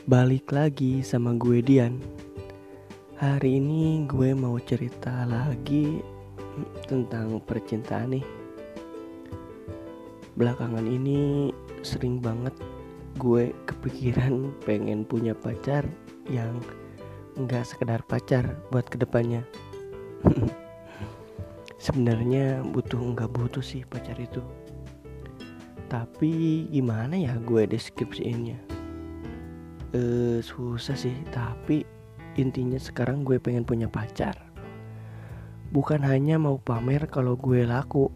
Balik lagi sama gue Dian. Hari ini gue mau cerita lagi tentang percintaan nih. Belakangan ini sering banget gue kepikiran pengen punya pacar yang gak sekedar pacar buat kedepannya. Sebenarnya gak butuh sih pacar itu. Tapi gimana ya gue deskripsiinnya? Susah sih, tapi intinya sekarang gue pengen punya pacar. Bukan hanya mau pamer kalau gue laku,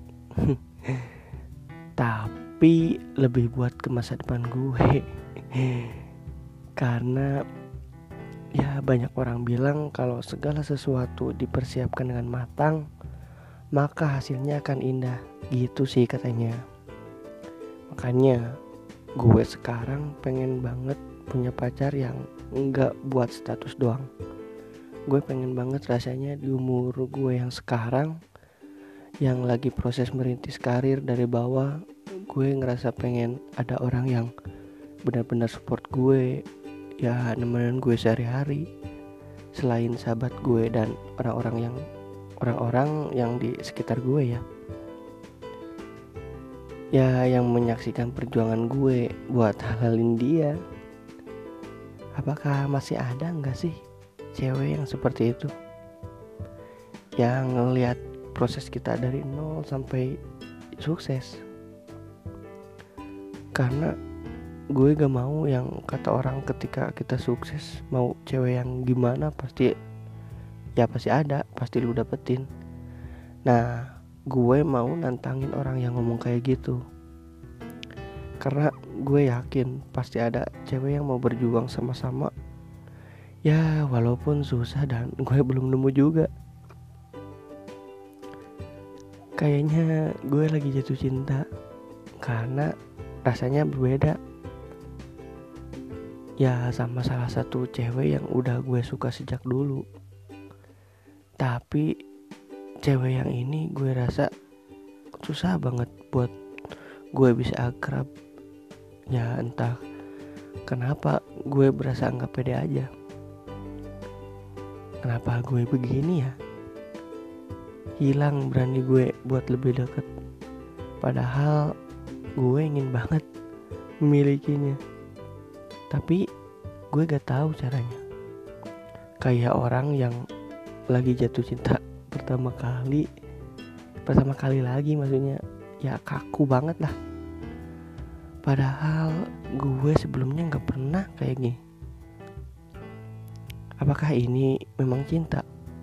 tapi lebih buat ke masa depan gue. Karena ya banyak orang bilang kalau segala sesuatu dipersiapkan dengan matang, maka hasilnya akan indah. Gitu sih katanya. Makanya gue sekarang pengen banget punya pacar yang enggak buat status doang. Gue pengen banget rasanya di umur gue yang sekarang, yang lagi proses merintis karir dari bawah, gue ngerasa pengen ada orang yang benar-benar support gue, ya nemenin gue sehari-hari, selain sahabat gue dan orang-orang yang di sekitar gue ya yang menyaksikan perjuangan gue buat halalin dia. Apakah masih ada gak sih cewek yang seperti itu, yang ngelihat proses kita dari nol sampai sukses? Karena gue gak mau yang kata orang ketika kita sukses mau cewek yang gimana, pasti ada, pasti lu dapetin. Nah, gue mau nantangin orang yang ngomong kayak gitu. Karena gue yakin pasti ada cewek yang mau berjuang sama-sama. Ya walaupun susah dan gue belum nemu juga. Kayaknya gue lagi jatuh cinta karena rasanya berbeda. Ya sama salah satu cewek yang udah gue suka sejak dulu. Tapi cewek yang ini gue rasa susah banget buat gue bisa akrab. Ya entah kenapa gue berasa gak pede aja. Kenapa gue begini ya? Hilang berani gue buat lebih dekat. Padahal gue ingin banget memilikinya. Tapi gue gak tahu caranya. Kayak orang yang lagi jatuh cinta pertama kali lagi maksudnya. Ya kaku banget lah. Padahal gue sebelumnya gak pernah kayak gini. Apakah ini memang cinta?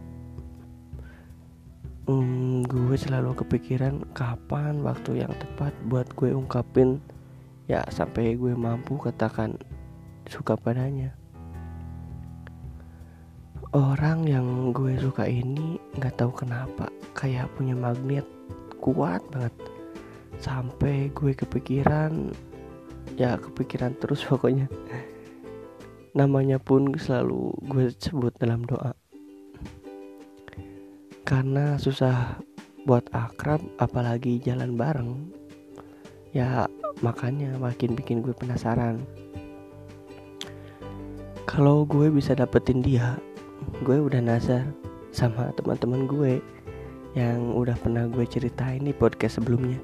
Gue selalu kepikiran kapan waktu yang tepat buat gue ungkapin, ya sampai gue mampu katakan suka padanya. Orang yang gue suka ini gak tahu kenapa kayak punya magnet kuat banget. Sampai gue kepikiran terus pokoknya. Namanya pun selalu gue sebut dalam doa. Karena susah buat akrab, apalagi jalan bareng. Ya makanya makin bikin gue penasaran. Kalau gue bisa dapetin dia, gue udah nazar sama teman-teman gue yang udah pernah gue ceritain di podcast sebelumnya.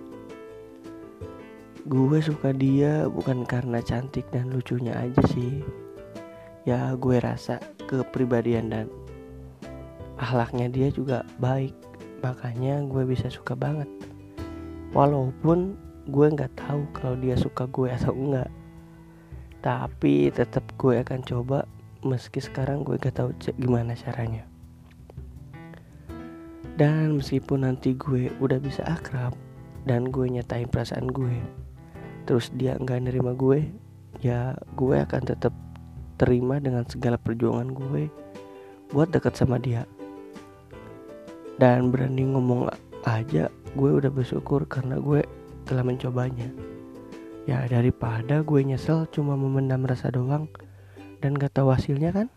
Gue suka dia bukan karena cantik dan lucunya aja sih. Ya gue rasa kepribadian dan akhlaknya dia juga baik. Makanya gue bisa suka banget. Walaupun gue gak tahu kalau dia suka gue atau enggak. Tapi tetap gue akan coba, meski sekarang gue gak tahu gimana caranya. Dan meskipun nanti gue udah bisa akrab dan gue nyatain perasaan gue, terus dia gak nerima gue, ya gue akan tetap terima dengan segala perjuangan gue buat dekat sama dia. Dan berani ngomong aja gue udah bersyukur karena gue telah mencobanya. Ya daripada gue nyesel cuma memendam rasa doang dan gak tahu hasilnya kan.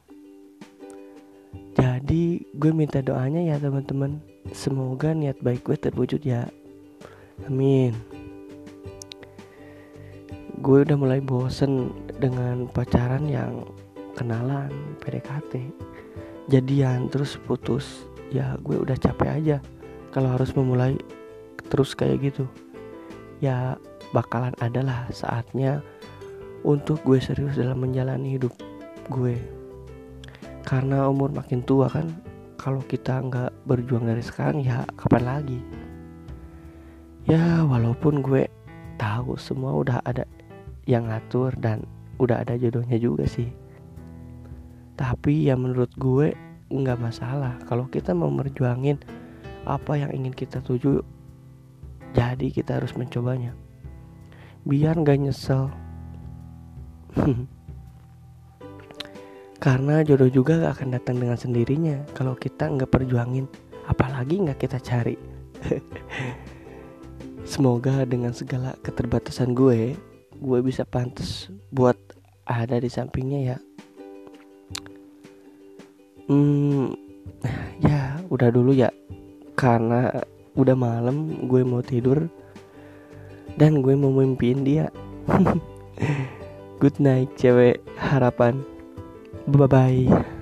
Jadi gue minta doanya ya teman-teman. Semoga niat baik gue terwujud ya. Amin. Gue udah mulai bosen dengan pacaran yang kenalan, PDKT, jadian terus putus. Ya gue udah capek aja kalau harus memulai terus kayak gitu. Ya bakalan adalah saatnya untuk gue serius dalam menjalani hidup gue. Karena umur makin tua kan, kalau kita gak berjuang dari sekarang ya kapan lagi. Ya walaupun gue tahu semua udah ada yang ngatur dan udah ada jodohnya juga sih, tapi ya menurut gue gak masalah kalau kita mau merjuangin apa yang ingin kita tuju. Jadi kita harus mencobanya biar gak nyesel. Karena jodoh juga gak akan datang dengan sendirinya kalau kita gak perjuangin, apalagi gak kita cari. Semoga dengan segala keterbatasan gue bisa pantas buat ada di sampingnya ya. Ya udah dulu ya, karena udah malam, gue mau tidur dan gue mau mimpiin dia. Good night cewek harapan. Bye bye.